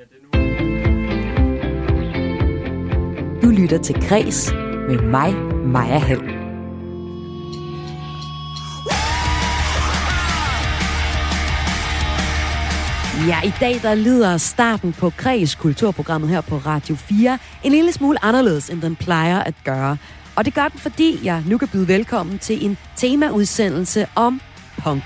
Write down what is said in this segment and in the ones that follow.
Du lytter til Kres med mig, Maja Hall. Ja, i dag der lyder starten på Kres kulturprogrammet her på Radio 4 en lille smule anderledes, end den plejer at gøre. Og det gør den, fordi jeg nu kan byde velkommen til en temaudsendelse om punk.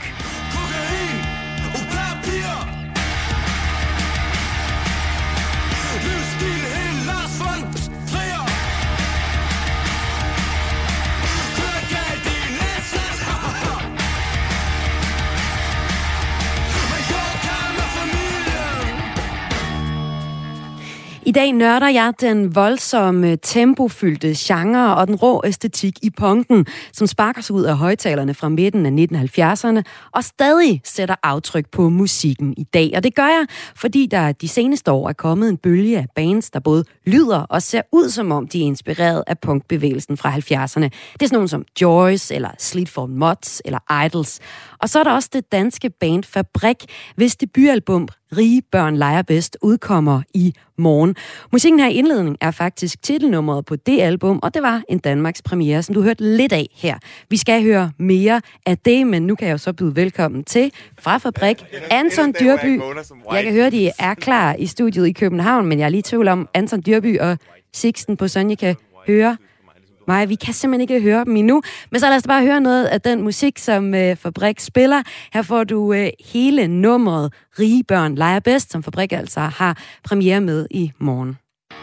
I dag nørder jeg den voldsomme, tempofyldte genre og den rå æstetik i punken, som sparker sig ud af højtalerne fra midten af 1970'erne og stadig sætter aftryk på musikken i dag. Og det gør jeg, fordi der de seneste år er kommet en bølge af bands, der både lyder og ser ud som om de er inspireret af punkbevægelsen fra 70'erne. Det er sådan nogle som Joyce eller Sleat for Mods eller Idols. Og så er der også det danske band Fabrik, hvis debutalbum Rige Børn Leger Bedst udkommer i morgen. Musikken her i indledning er faktisk titelnummeret på det album, og det var en Danmarks premiere, som du hørte lidt af her. Vi skal høre mere af det, men nu kan jeg jo så byde velkommen til fra Fabrik, Anton Dyrby. Jeg kan høre, de er klar i studiet i København, men jeg er lige i tvivl om Anton Dyrby og Sixten på Sonja kan høre mig. Vi kan simpelthen ikke høre dem endnu. Men så lad os bare høre noget af den musik, som Fabrik spiller. Her får du hele nummeret Rige Børn Leger Bedst, som Fabrik altså har premiere med i morgen.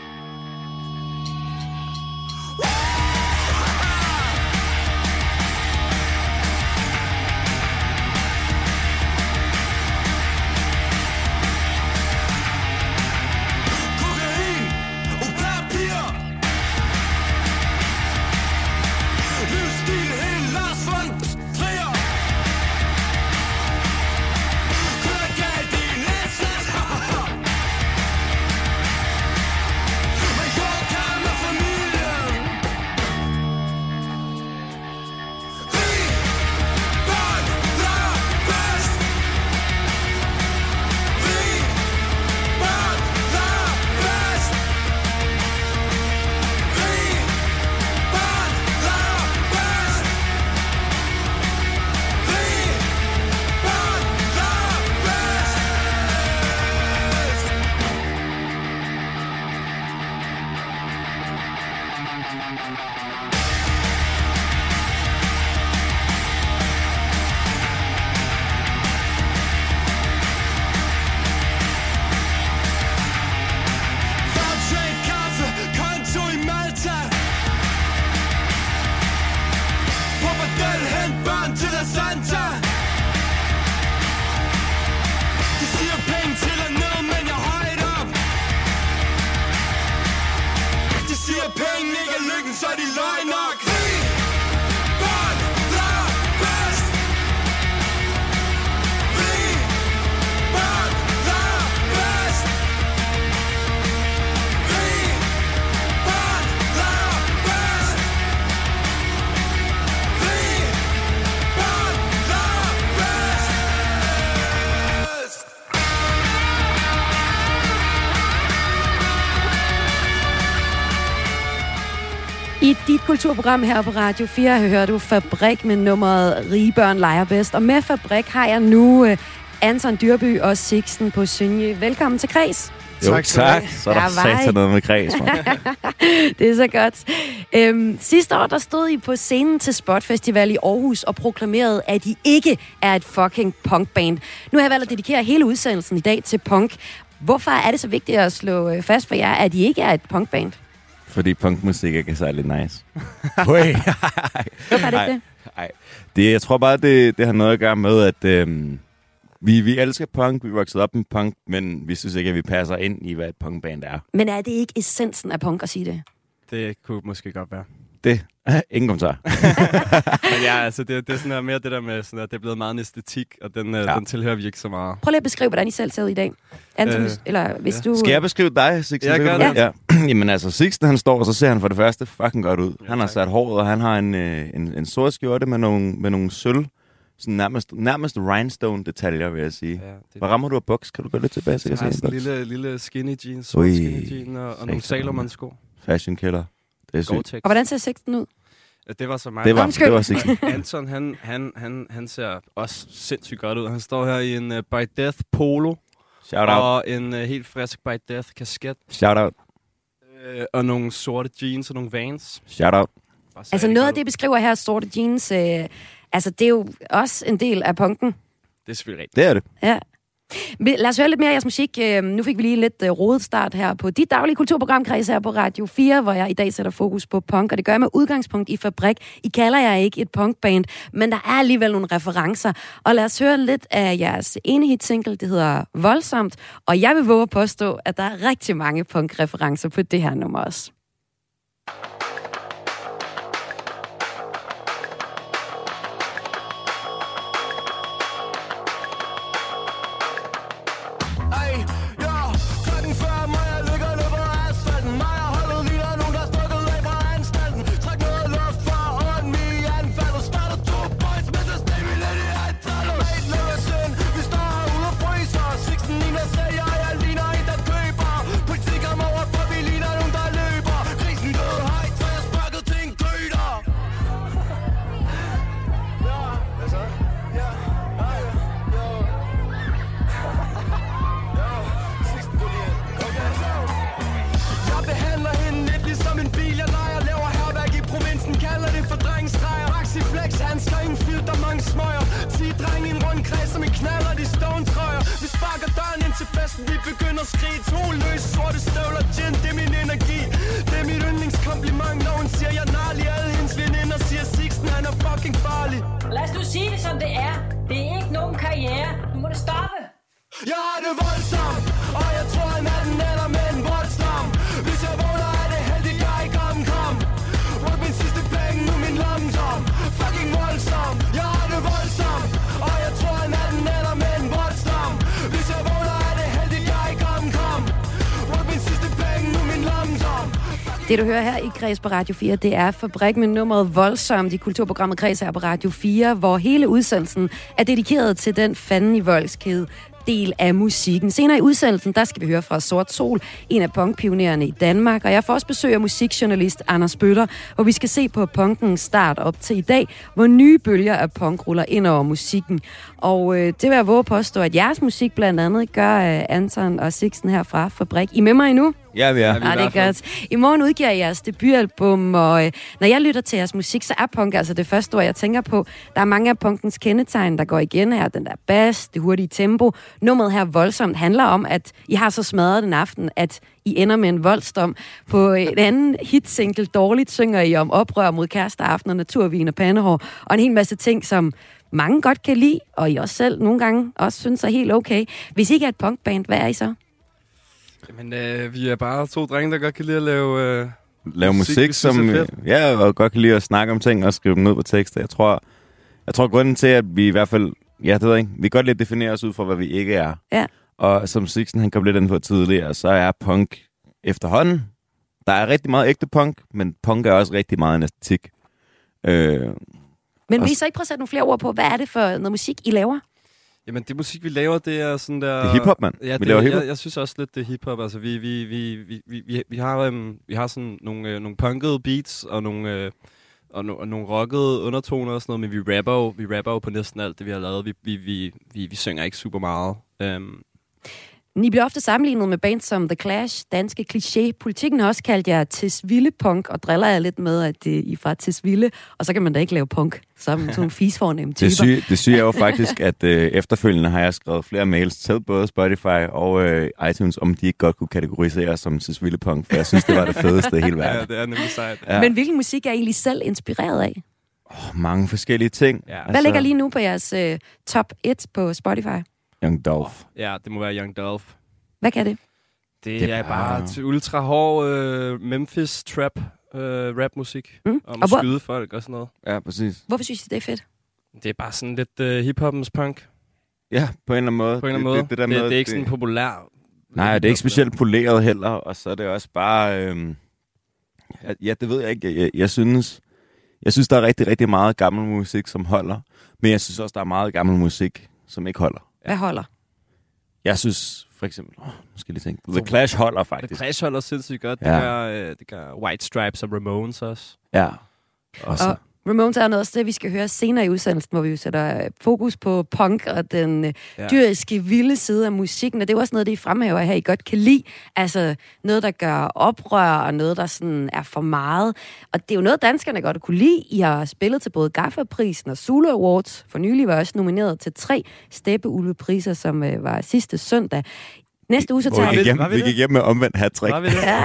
I dit kulturprogram her på Radio 4 hører du Fabrik med nummeret Rige Børn Leger Bedst. Og med Fabrik har jeg nu Anton Dyrby og Sixten på Synje. Velkommen til Kres. Jo, tak. Så er der sagt noget med Kres. Det er så godt. Sidste år der stod I på scenen til Spot Festival i Aarhus og proklamerede, at I ikke er et fucking punkband. Nu har jeg valgt at dedikere hele udsendelsen i dag til punk. Hvorfor er det så vigtigt at slå fast for jer, at I ikke er et punkband? Fordi punkmusik ikke er særlig nice. Hvorfor er det ikke det? Jeg tror bare, det har noget at gøre med, at vi elsker punk, vi er vokset op med punk, men vi synes ikke, at vi passer ind i, hvad et punkband er. Men er det ikke essensen af punk at sige det? Det kunne måske godt være. Det? Ingen kommentar. Men ja, altså det er sådan mere det der med, sådan, at det er blevet meget en æstetik, og den tilhører vi ikke så meget. Prøv lige at beskrive, hvordan I selv ser ud i dag. Anton, eller hvis du... Skal jeg beskrive dig, Sixten? Jeg gør det. Ja. Jamen altså, Sixten han står, og så ser han for det første fucking godt ud. Han har sat håret, og han har en sort skjorte med nogle sådan nærmest rhinestone-detaljer, vil jeg sige. Ja, Hvad rammer du af buks? Kan du gå lidt tilbage? Jeg har sådan en lille skinny jeans, skinny jeans og nogle Salomon-sko. Fashion killer. Det er sygt. Og hvordan ser sexten ud? Ja, det var så mig. Det var Sixten. Anton, han ser også sindssygt godt ud. Han står her i en By Death polo. Shout out. Og en helt frisk By Death kasket. Shout out. Og nogle sorte jeans og nogle Vans. Shout out. Altså noget af det, beskriver her, sorte jeans, altså det er jo også en del af punken. Det er selvfølgelig rigtigt. Det er det. Ja. Lad os høre lidt mere af jeres musik. Nu fik vi lige lidt rodet start her på dit daglige kulturprogramkreds her på Radio 4, hvor jeg i dag sætter fokus på punk, og det gør jeg med udgangspunkt i Fabrik. I kalder jeg ikke et punkband, men der er alligevel nogle referencer. Og lad os høre lidt af jeres ene hit-single, det hedder Voldsomt, og jeg vil våge at påstå, at der er rigtig mange punk-referencer på det her nummer også. Vi begynder at skrige to løs sorte støvler, gin, det er min energi. Det er mit yndlingskompliment, når hun siger, jeg narlig. Alle hendes veninder siger, Sixten, han er fucking farlig. Lad os nu sige det som det er. Det er ikke nogen karriere. Nu må det stoppe. Jeg har det voldsomt, og jeg tror, at natten ender med en voldslam. Hvis jeg vågner, er det heldigt, jeg ikke omkom. Ryk min sidste penge, nu min lomme tom. Fucking voldsom, jeg har det voldsomt, og jeg tror, at natten ender med en voldslam. Hvis jeg vågner, er det heldigt, jeg ikke omkom. Ryk min sidste penge, nu min lomme tom. Det, du hører her i Kreds på Radio 4, det er Fabrik med nummeret Voldsomt i kulturprogrammet Kreds her på Radio 4, hvor hele udsendelsen er dedikeret til den fanden i voldskæde del af musikken. Senere i udsendelsen, der skal vi høre fra Sort Sol, en af punkpionererne i Danmark, og jeg får også besøg af musikjournalist Anders Bøtter, hvor vi skal se på punkens start op til i dag, hvor nye bølger af punk ruller ind over musikken. Og det vil jeg våge påstå, at jeres musik blandt andet gør Anton og Sixten her fra Fabrik. I med mig nu? Ja, vi er. Ja, det er godt. I morgen udgiver jeg jeres debutalbum, og når jeg lytter til jeres musik, så er punk altså det første ord, jeg tænker på. Der er mange af punkens kendetegn, der går igen her. Den der bass, det hurtige tempo. Nummeret her Voldsomt handler om, at I har så smadret den aften, at I ender med en voldsdom. På en anden hitsingle, Dårligt, synger I om oprør mod kæresteaften og naturvin og pandehår, og en hel masse ting, som mange godt kan lide, og I også selv nogle gange også synes er helt okay. Hvis I ikke er et punkband, hvad er I så? Jamen, vi er bare to drenge, der godt kan lide at lave musik som ja, og godt kan lide at snakke om ting og skrive dem ned på tekster. Jeg tror grunden til, at vi i hvert fald, ja, det ved jeg ikke, vi kan godt lidt definere os ud fra, hvad vi ikke er. Ja. Og som Sixten, han kom lidt ind på tidligere, så er punk efterhånden. Der er rigtig meget ægte punk, men punk er også rigtig meget en æstetik. Men vil I så ikke prøve at sætte nogle flere ord på, hvad er det for noget musik, I laver? Jamen, det musik, vi laver, det er sådan der... Det er hiphop, mand. Ja, vi laver hiphop. Jeg synes også lidt, det er hiphop. Altså, vi har sådan nogle punkede beats og nogle rockede undertoner og sådan noget, men vi rapper jo på næsten alt det, vi har lavet. Vi synger ikke super meget. I bliver ofte sammenlignet med bands som The Clash, Danske Kliché. Politikken har også kaldt jer Tisvilde Punk, og driller jeg lidt med, at I er fra Tisvilde, og så kan man da ikke lave punk, som sådan nogle fisfornemme typer. Det syge er jo faktisk, at efterfølgende har jeg skrevet flere mails til både Spotify og iTunes, om de ikke godt kunne kategorisere som Tisvilde Punk, for jeg synes, det var det fedeste i hele verden. Ja, det er nemlig sejt. Ja. Men hvilken musik er I egentlig selv inspireret af? Mange forskellige ting. Ja. Hvad ligger lige nu på jeres top 1 på Spotify? Young Dolph. Ja, det må være Young Dolph. Hvad kan det? Det er bare til ultra hård Memphis trap rapmusik. Om at skyde folk og sådan noget. Ja, præcis. Hvorfor synes I, det er fedt? Det er bare sådan lidt hiphoppens punk. Ja, på en eller anden måde. På en eller anden måde. Det er ikke sådan populær. Nej, det er ikke specielt poleret heller, og så er det også bare... ja, det ved jeg ikke. Jeg synes Jeg synes, der er rigtig, rigtig meget gammel musik, som holder. Men jeg synes også, der er meget gammel musik, som ikke holder. Hvad holder? Jeg synes for eksempel... nu skal jeg lige tænke. The Clash holder faktisk. The Clash holder sindssygt godt. Ja. Det gør White Stripes og Ramones også. Ja. Og Ramones er noget også det, vi skal høre senere i udsendelsen, hvor vi jo sætter fokus på punk og den dyriske, vilde side af musikken. Og det er også noget, det I fremhæver her, I godt kan lide. Altså noget, der gør oprør, og noget, der sådan er for meget. Og det er jo noget, danskerne godt kunne lide. I har spillet til både Gaffa-prisen og Zulu Awards. For nylig var også nomineret til 3 Steppeulve-priser, som var sidste søndag. Næste uge så tager vi gik hjem med omvendt hat-trick.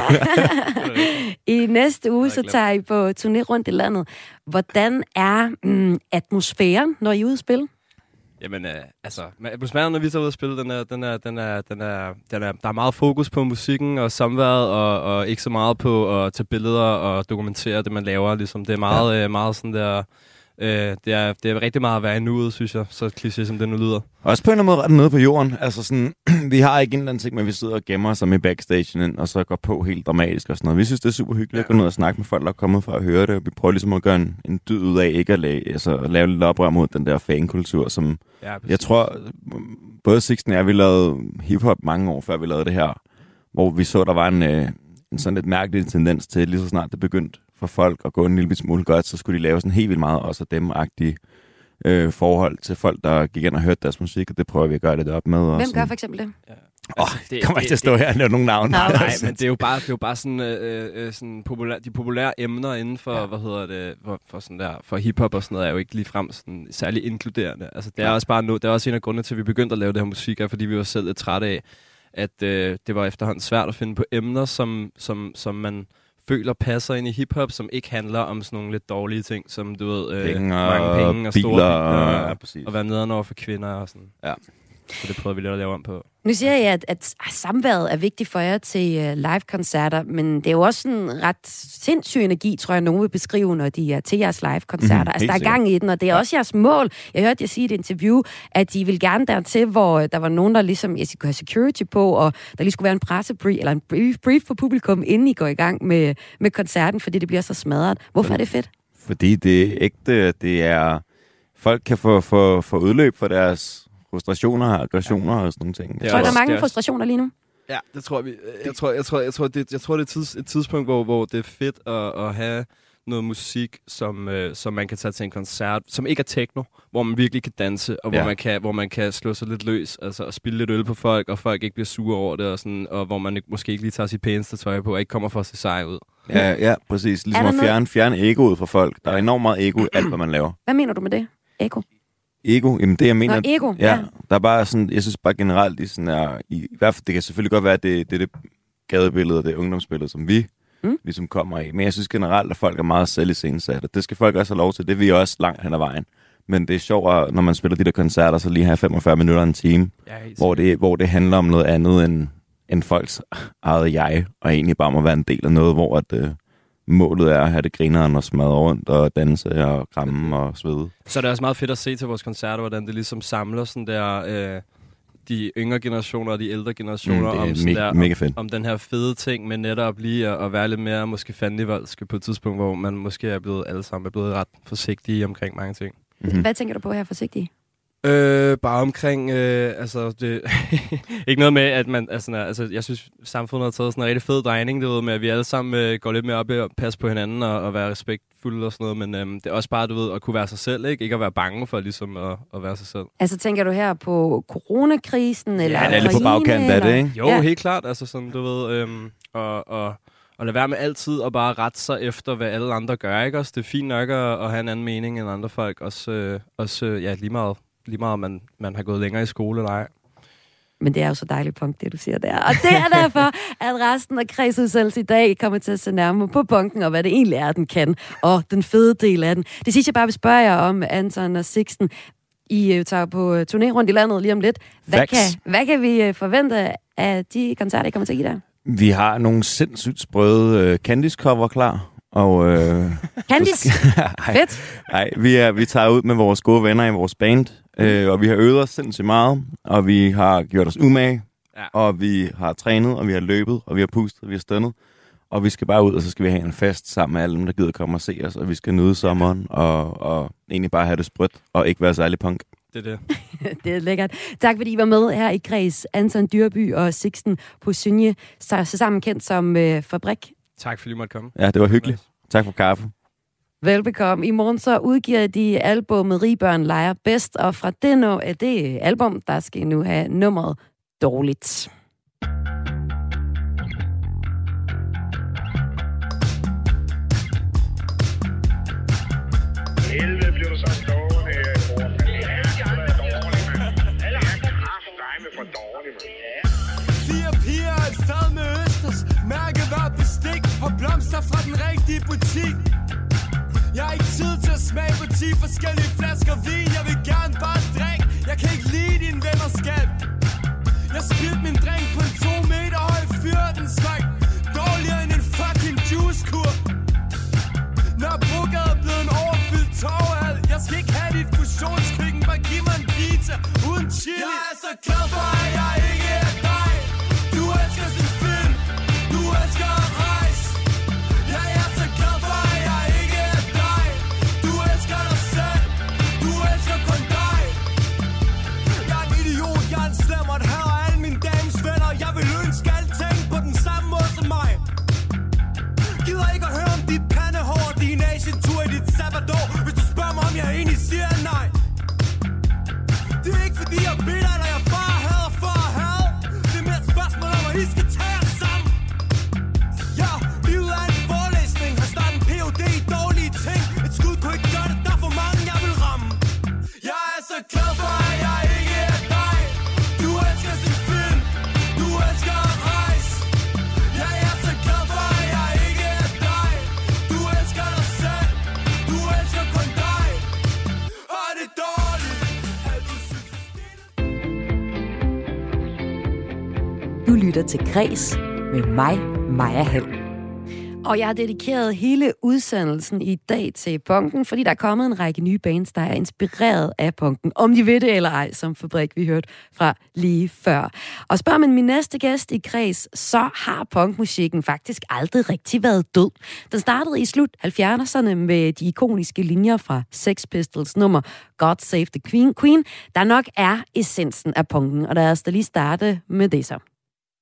I næste uge så tager I på turné rundt i landet. Hvordan er atmosfæren, når I er ude at spille? Jamen, atmosfæren, når vi tager ud og spille, der er meget fokus på musikken og samværet, og ikke så meget på at tage billeder og dokumentere det, man laver. Ligesom. Det er meget sådan der... Det er rigtig meget at være i nuet, synes jeg, så kliché som det nu lyder. Også på en eller anden måde ret nede på jorden. Altså sådan, vi har ikke en eller anden ting, men vi sidder og gemmer os i backstagen, og så går på helt dramatisk og sådan noget. Vi synes, det er super hyggeligt at gå ned og snakke med folk, der er kommet for at høre det. Vi prøver ligesom at gøre en dyd ud af ikke at lave lidt oprør mod den der fankultur, som jeg tror, både Sixten og jeg, vi lavede hiphop mange år før vi lavede det her, hvor vi så, der var en sådan lidt mærkelig tendens til, lige så snart det begyndte for folk at gå en lille smule godt, så skulle de lave sådan helt vildt meget også dem-agtige forhold til folk, der gik ind og hørte deres musik, og det prøver vi at gøre det op med. Hvem gør for eksempel det? Det kommer ikke til at stå her og lave nogle navne. Nej, men det er jo bare sådan de populære emner inden for, for hiphop og sådan noget, er jo ikke ligefrem sådan særlig inkluderende. Altså, det er også bare det er også en af grundene til, at vi begyndte at lave det her musik, fordi vi var selv lidt trætte af, at det var efterhånden svært at finde på emner, som man føler passer ind i hiphop, som ikke handler om sådan nogle lidt dårlige ting, som du ved, mange penge og store biler og være nederen over for kvinder og sådan. Ja. Så det prøver vi lidt at lave om på. Nu siger jeg, at samværet er vigtigt for jer til live-koncerter, men det er jo også en ret sindssyg energi, tror jeg, nogen vil beskrive, når de er til jeres live-koncerter. Altså, der er gang i den, og det er også jeres mål. Jeg hørte jer sige i et interview, at I vil gerne dertil, hvor der var nogen, der ligesom, kunne have security på, og der lige skulle være en pressebrief, eller en brief for publikum, inden I går i gang med koncerten, fordi det bliver så smadret. Hvorfor er det fedt? Fordi det er ægte, det er... Folk kan få udløb for deres frustrationer og aggressioner og sådan nogle ting. Jeg tror, der er mange frustrationer lige nu. Ja, det tror vi. Jeg tror, det er et tidspunkt, hvor det er fedt at have noget musik, som man kan tage til en koncert, som ikke er techno, hvor man virkelig kan danse, og hvor man kan slå sig lidt løs, altså og spille lidt øl på folk, og folk ikke bliver sure over det, og sådan, og hvor man måske ikke lige tager sit pæneste tøj på, og ikke kommer for at se sej ud. Ja, præcis. Ligesom at fjerne egoet fra folk. Der er enormt meget ego i alt, hvad man laver. Hvad mener du med det? Ego? Ego, jamen det jeg mener... ego, ja. Der er bare sådan, jeg synes bare generelt, i hvert fald, det kan selvfølgelig godt være, at det er det gadebillede og det ungdomsbillede, som vi ligesom kommer i. Men jeg synes generelt, at folk er meget selviscenesatte. Det skal folk også have lov til. Det er vi også langt hen ad vejen. Men det er sjovt, når man spiller de der koncerter, så lige have 45 minutter en time, hvor det handler om noget andet end folks eget jeg, og egentlig bare må være en del af noget, hvor målet er at have det grineren og smadre rundt og danse og kramme og svede. Så er det også meget fedt at se til vores koncerter, hvordan det ligesom samler sådan der de yngre generationer og de ældre generationer om den her fede ting med netop lige at være lidt mere måske fandenivoldske på et tidspunkt, hvor man måske er blevet alle sammen ret forsigtige omkring mange ting. Mm-hmm. Hvad tænker du på her forsigtige? Bare omkring, det ikke noget med, at man, jeg synes, samfundet har taget sådan en rigtig fed drejning, du ved, med at vi alle sammen går lidt mere op i at passe på hinanden og være respektfulde og sådan noget, men det er også bare, du ved, at kunne være sig selv, ikke at være bange for ligesom at være sig selv. Altså, tænker du her på coronakrisen, eller det er lidt på bagkant af det, ikke? Jo, helt klart, altså sådan, du ved, og lade være med altid at bare rette sig efter, hvad alle andre gør, ikke også? Det er fint nok at have en anden mening end andre folk, også lige meget man har gået længere i skole eller ej. Men det er jo så dejligt punk, det du siger der. Og det er derfor, at resten af Kredsudsendelse i dag kommer til at se nærmere på punken, og hvad det egentlig er, den kan, og den fede del af den. Det sidste, jeg bare vil spørge jer om, Anton og Sixten. I tager på turné rundt i landet lige om lidt. Hvad kan vi forvente af de koncerter, I kommer til at give der? Vi har nogle sindssygt sprøde Candice-cover klar. Og Candice? Fedt. Nej, vi tager ud med vores gode venner i vores band, og vi har øvet os sindssygt meget, og vi har gjort os umage, og vi har trænet, og vi har løbet, og vi har pustet, og vi har stønnet. Og vi skal bare ud, og så skal vi have en fest sammen med alle dem, der gider komme og se os. Og vi skal nyde sommeren, og egentlig bare have det sprødt, og ikke være særlig punk. Det er det. Det er lækkert. Tak fordi I var med her i Græs. Anton Dyrby og Sixten Posynje, så sammen kendt som Fabrik. Tak fordi I måtte komme. Ja, det var hyggeligt. Tak for kaffe. Velbekomme. I morgen så udgiver de albumet Rigbørn leger bedst, og fra det album, der skal I nu have nummeret Dårligt. Helvede bliver du så stående her i bordet. Men det er sgu da dårligt, mand. Alle andre kraftedeme for dårligt, mand. 4 piger og et fad med østers. Mærkevarer bestik og blomster fra den rigtige butik. Jeg har ikke tid til at smage på 10 forskellige flasker vin. Jeg vil gerne bare drikke. Jeg kan ikke lide din vennerskab. Jeg spildte min drink på en 2 meter høj fyr. Den smag dårligere end en fucking juicekur. Når Brogade er blevet en overfyldt torvehal. Jeg skal ikke have dit fusionskøkken. Bare giv mig en pizza uden chili. Jeg er så glad for, at jeg ikke er dig. Du elsker sin film. Du elsker at rejse. Jeg er så glad for, at jeg ikke er dig. Du elsker dig selv. Du elsker kun dig. Jeg er en idiot. Jeg er en slem og et hader alle mine dames venner. Jeg vil ønske alting på den samme måde som mig. Gider ikke at høre om dit pandehår og din Asian-tur i dit sabbatår. Hvis du spørger mig, om jeg egentlig siger nej. Det er ikke fordi jeg er bitter, eller jeg bare hader for at have. Det er mere et spørgsmål om, at I skal tage jer sammen. Ja, livet er en forelæsning. Har startet en PhD i dårlige ting. Et skud kunne ikke gøre det, der er for mange, jeg vil ramme. Jeg er så glad for, at jeg ikke er dig. Du elsker sin film. Du elsker at rejse. Jeg er så glad for, at jeg ikke er dig. Du elsker dig selv. Du elsker kun dig. Og det er dårligt, at du synes, Du lytter til Græs med mig, Maja Hall. Og jeg har dedikeret hele udsendelsen i dag til punken, fordi der er kommet en række nye bands, der er inspireret af punken. Om de ved det eller ej, som Fabrik vi hørte fra lige før. Og spørger man min næste gæst i Græs, så har punkmusikken faktisk aldrig rigtig været død. Den startede i slut 70'erne med de ikoniske linjer fra Sex Pistols nummer God Save the Queen, der nok er essensen af punken. Og lad os da lige starte med det så.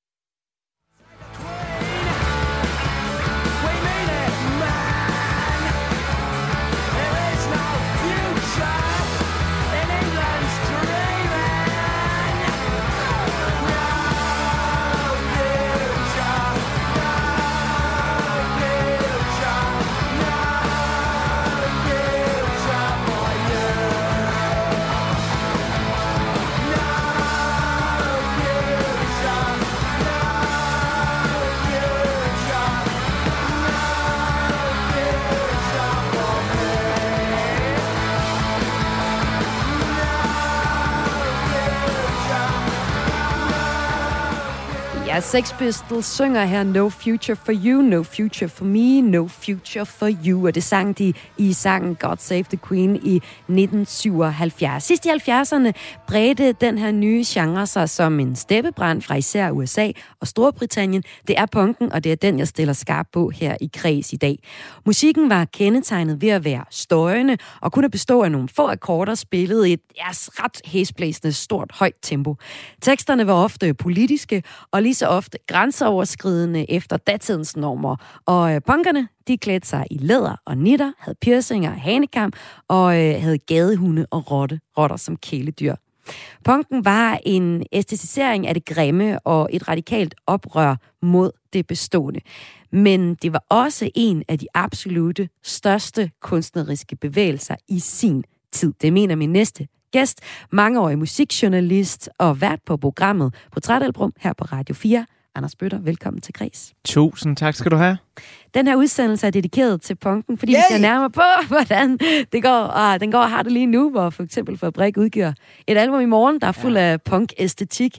Sex Pistols synger her No Future for You, No Future for Me, No Future for You. Og det sang de i sangen God Save the Queen i 1977. Sidst i 70'erne bredte den her nye genre sig som en steppebrand fra især USA og Storbritannien. Det er punken, og det er den, jeg stiller skarp på her i Græs i dag. Musikken var kendetegnet ved at være støjende og kunne bestå af nogle få akkorder spillet i et ret hæsblæsende stort højt tempo. Teksterne var ofte politiske og lige så ofte grænseoverskridende efter datidens normer. Og punkerne, de klædte sig i læder og nitter, havde piercinger og hanekam og havde gadehunde og rotter som kæledyr. Punken var en æstetisering af det grimme og et radikalt oprør mod det bestående. Men det var også en af de absolute største kunstneriske bevægelser i sin tid. Det mener min næste gæst, mangeårig musikjournalist og vært på programmet Portrætalbum her på Radio 4. Anders Bøtter, velkommen til Græs. Tusind tak skal du have. Den her udsendelse er dedikeret til punken, fordi vi ser nærmere på, hvordan det går. Og den går og har det lige nu, hvor for eksempel Fabrik udgiver et album i morgen, der er fuld af punk-æstetik.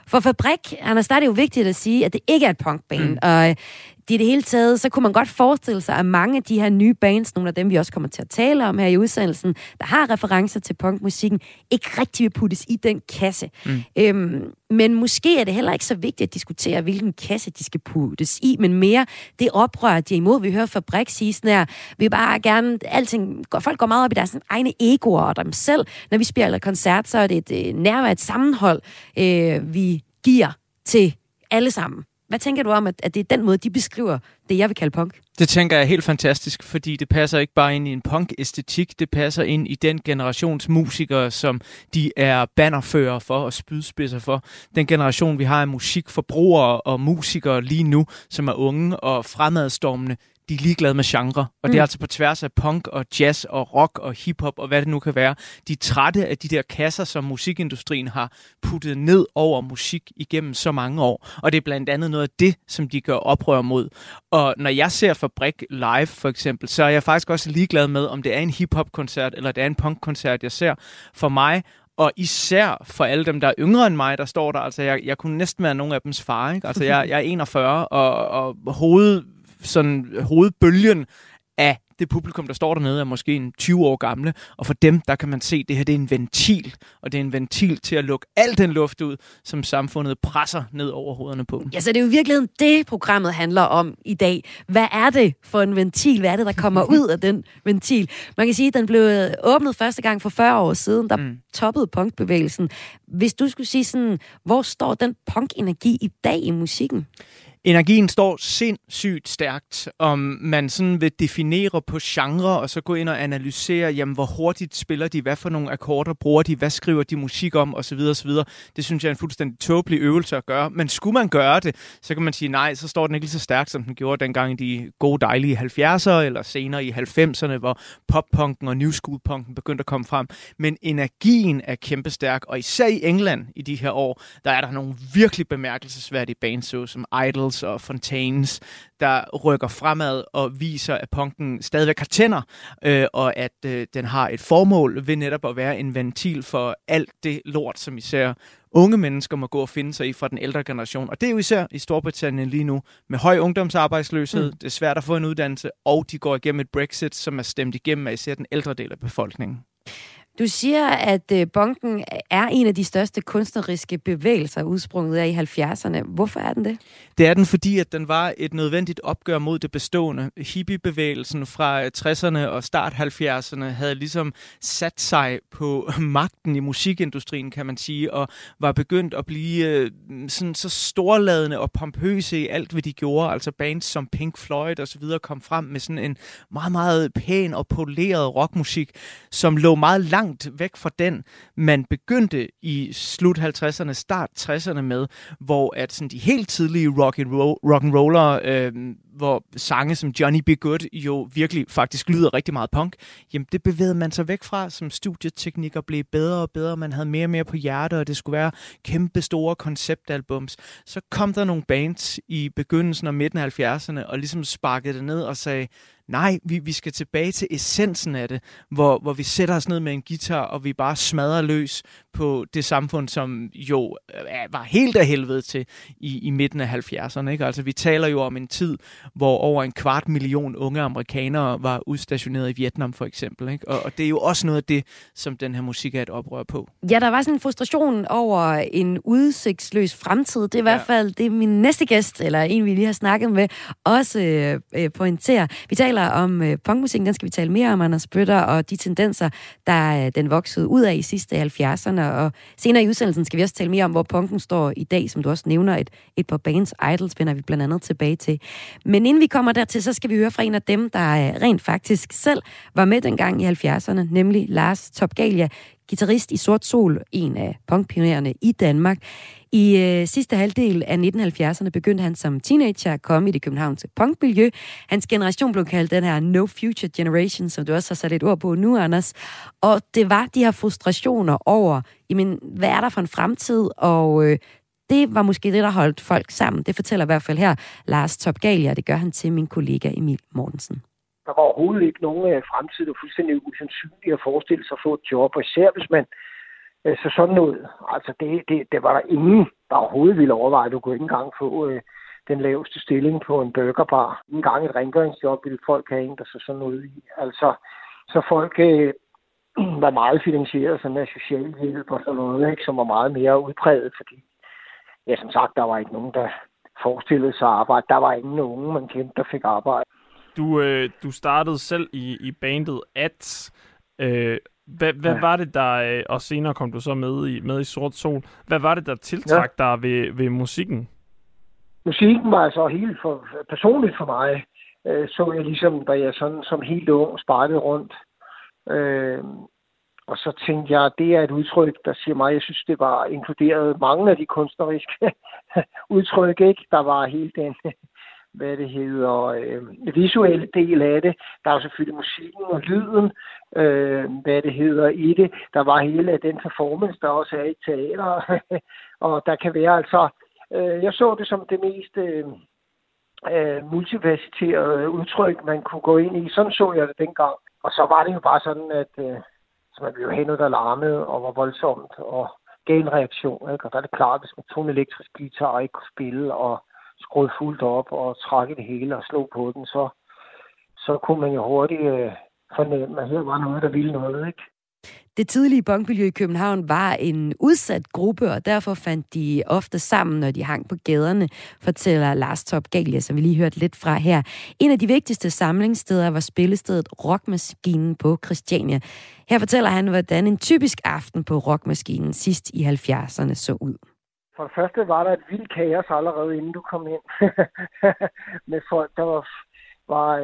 For Fabrik, Anders, der er det jo vigtigt at sige, at det ikke er et punkband. Og i det hele taget, så kunne man godt forestille sig, at mange af de her nye bands, nogle af dem, vi også kommer til at tale om her i udsendelsen, der har referencer til punkmusikken, ikke rigtig vil puttes i den kasse. Men måske er det heller ikke så vigtigt at diskutere, hvilken kasse de skal puttes i, men mere det oprør, de er imod. Vi hører Fabrik sige sådan her, vi bare gerne, folk går meget op i deres egne egoer og dem selv. Når vi spiller koncert, så er det et nærvær, et sammenhold, vi giver til alle sammen. Hvad tænker du om, at det er den måde, de beskriver det, jeg vil kalde punk? Det tænker jeg er helt fantastisk, fordi det passer ikke bare ind i en punk-æstetik, det passer ind i den generations musikere, som de er bannerfører for og spydspidser for. Den generation, vi har af musikforbrugere og musikere lige nu, som er unge og fremadstormende, de er ligeglade med genre, og det er altså på tværs af punk og jazz og rock og hiphop og hvad det nu kan være. De er trætte af de der kasser, som musikindustrien har puttet ned over musik igennem så mange år, og det er blandt andet noget af det, som de gør oprør mod. Og når jeg ser Fabrik live for eksempel, så er jeg faktisk også ligeglad med, om det er en hiphop-koncert eller det er en punk-koncert, jeg ser. For mig, og især for alle dem, der er yngre end mig, der står der, altså jeg kunne næsten være nogle af dems far, ikke? Altså jeg er 41, og hovedbølgen af det publikum, der står dernede, er måske en 20 år gamle, og for dem, der kan man se, at det her det er en ventil, og det er en ventil til at lukke al den luft ud, som samfundet presser ned over hovederne på. Ja, så det er jo i virkeligheden det, programmet handler om i dag. Hvad er det for en ventil? Hvad er det, der kommer ud af den ventil? Man kan sige, at den blev åbnet første gang for 40 år siden, der toppede punkbevægelsen. Hvis du skulle sige sådan, hvor står den punk-energi i dag i musikken? Energien står sindssygt stærkt, om man sådan vil definere på genre, og så gå ind og analysere, jamen hvor hurtigt spiller de, hvad for nogle akkorder bruger de, hvad skriver de musik om, osv. osv. Det synes jeg er en fuldstændig tåbelig øvelse at gøre. Men skulle man gøre det, så kan man sige nej, så står den ikke lige så stærkt, som den gjorde dengang i de gode dejlige 70'ere, eller senere i 90'erne, hvor pop-punken og new school-punken begyndte at komme frem. Men energien er kæmpestærk, og især i England i de her år, der er der nogle virkelig bemærkelsesværdige bands, som Idols og Fontaines, der rykker fremad og viser, at punken stadigvæk har tænder, og at den har et formål ved netop at være en ventil for alt det lort, som især unge mennesker må gå og finde sig i fra den ældre generation. Og det er jo især i Storbritannien lige nu, med høj ungdomsarbejdsløshed, det er svært at få en uddannelse, og de går igennem et Brexit, som er stemt igennem af især den ældre del af befolkningen. Du siger, at punken er en af de største kunstneriske bevægelser udsprunget af i 70'erne. Hvorfor er den det? Det er den, fordi at den var et nødvendigt opgør mod det bestående. Hippiebevægelsen fra 60'erne og start 70'erne havde ligesom sat sig på magten i musikindustrien, kan man sige, og var begyndt at blive sådan så storladende og pompøse i alt, hvad de gjorde. Altså bands som Pink Floyd og så videre kom frem med sådan en meget, meget pæn og poleret rockmusik, som lå meget langt væk fra den, man begyndte i slut 50'erne, start 60'erne med, hvor at sådan de helt tidlige rock'n'rollere, hvor sange som Johnny B. Good jo virkelig faktisk lyder rigtig meget punk, jamen det bevægede man sig væk fra, som studieteknikker blev bedre og bedre, man havde mere og mere på hjerte, og det skulle være kæmpe store konceptalbums. Så kom der nogle bands i begyndelsen og midten af 70'erne, og ligesom sparkede det ned og sagde, nej, vi skal tilbage til essensen af det, hvor vi sætter os ned med en guitar, og vi bare smadrer løs på det samfund, som jo var helt af helvede til i midten af 70'erne. Ikke? Altså, vi taler jo om en tid, hvor over 250.000 unge amerikanere var udstationeret i Vietnam, for eksempel. Ikke? Og det er jo også noget af det, som den her musik er et oprør på. Ja, der var sådan en frustration over en udsigtsløs fremtid. Det er i hvert fald det, min næste gæst, eller en, vi lige har snakket med, også pointerer. Vi taler om punkmusikken, den skal vi tale mere om, Anders Bøtter, og de tendenser, der den voksede ud af i sidste 70'erne. Og senere i udsendelsen skal vi også tale mere om, hvor punken står i dag, som du også nævner, et par bands, Idols, vender vi blandt andet tilbage til. Men inden vi kommer dertil, så skal vi høre fra en af dem, der rent faktisk selv var med dengang i 70'erne, nemlig Lars Topgalia, guitarist i Sort Sol, en af punkpionererne i Danmark. I sidste halvdel af 1970'erne begyndte han som teenager at komme i det københavnske punkmiljø. Hans generation blev kaldt den her No Future Generation, som du også har sat et ord på nu, Anders. Og det var de her frustrationer over, jamen, hvad er der for en fremtid? Og det var måske det, der holdt folk sammen. Det fortæller i hvert fald her Lars Topgalia, og det gør han til min kollega Emil Mortensen. Der var overhovedet ikke nogen fremtid, der fuldstændig usandsynligt at forestille sig at få et job, og især hvis man så sådan noget. Altså, det var der ingen der overhovedet ville overveje. Du kunne ikke engang få den laveste stilling på en burgerbar. Ikke engang et rengøringsjob ville folk have en, der så sådan ud i. Altså, så folk var meget finansieret sådan af socialhjælp og sådan noget, ikke, som var meget mere udpræget, fordi, ja, som sagt, der var ikke nogen, der forestillede sig arbejde. Der var ingen nogen, man kendte, der fik arbejde. Du startede selv i bandet ATS. Hvad var det, der, og senere kom du så med i Sort Sol, hvad var det, der tiltrak dig ved musikken? Musikken var altså helt personligt for mig, så jeg ligesom, da jeg sådan som helt ung sparkede rundt. Og så tænkte jeg, det er et udtryk, der siger mig, jeg synes, det var inkluderet mange af de kunstneriske udtryk, ikke? Der var helt den, hvad det hedder, visuelle del af det. Der er jo selvfølgelig musikken og lyden, hvad det hedder i det. Der var hele den performance, der også er i teater. Og der kan være altså, jeg så det som det mest multifaceterede udtryk, man kunne gå ind i. Sådan så jeg det dengang. Og så var det jo bare sådan, at så man blev hændet, der larmede og var voldsomt og gav en reaktion. Ikke? Og der er det klart, hvis man tog en elektrisk guitar og ikke kunne spille og skruede fuldt op og trak i det hele og slog på den, så kunne man jo hurtigt fornemme, at her var noget, der ville noget, ikke? Det tidlige punkmiljø i København var en udsat gruppe, og derfor fandt de ofte sammen, når de hang på gaderne, fortæller Lars Top-Galia, som vi lige hørte lidt fra her. En af de vigtigste samlingssteder var spillestedet Rockmaskinen på Christiania. Her fortæller han, hvordan en typisk aften på Rockmaskinen sidst i 70'erne så ud. For det første var der et vildt kaos allerede, inden du kom ind. Med folk, der var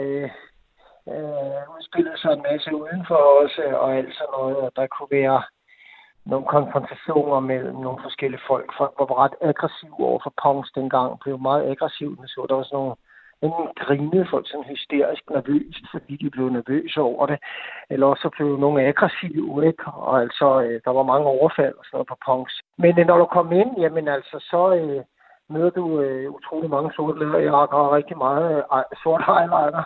udspillede sig en masse udenfor os og alt sådan noget. Og der kunne være nogle konfrontationer mellem nogle forskellige folk. Folk var ret aggressive over for punks dengang. Blev meget aggressive. Så der var sådan nogle grinede folk sådan hysterisk nervøst, fordi de blev nervøse over det. Eller også blev nogle aggressive, ikke? Og altså, der var mange overfald og sådan noget på punks. Men når du kom ind, jamen altså, så møder du utrolig mange sorte læderjakker og rigtig meget sort highlighter.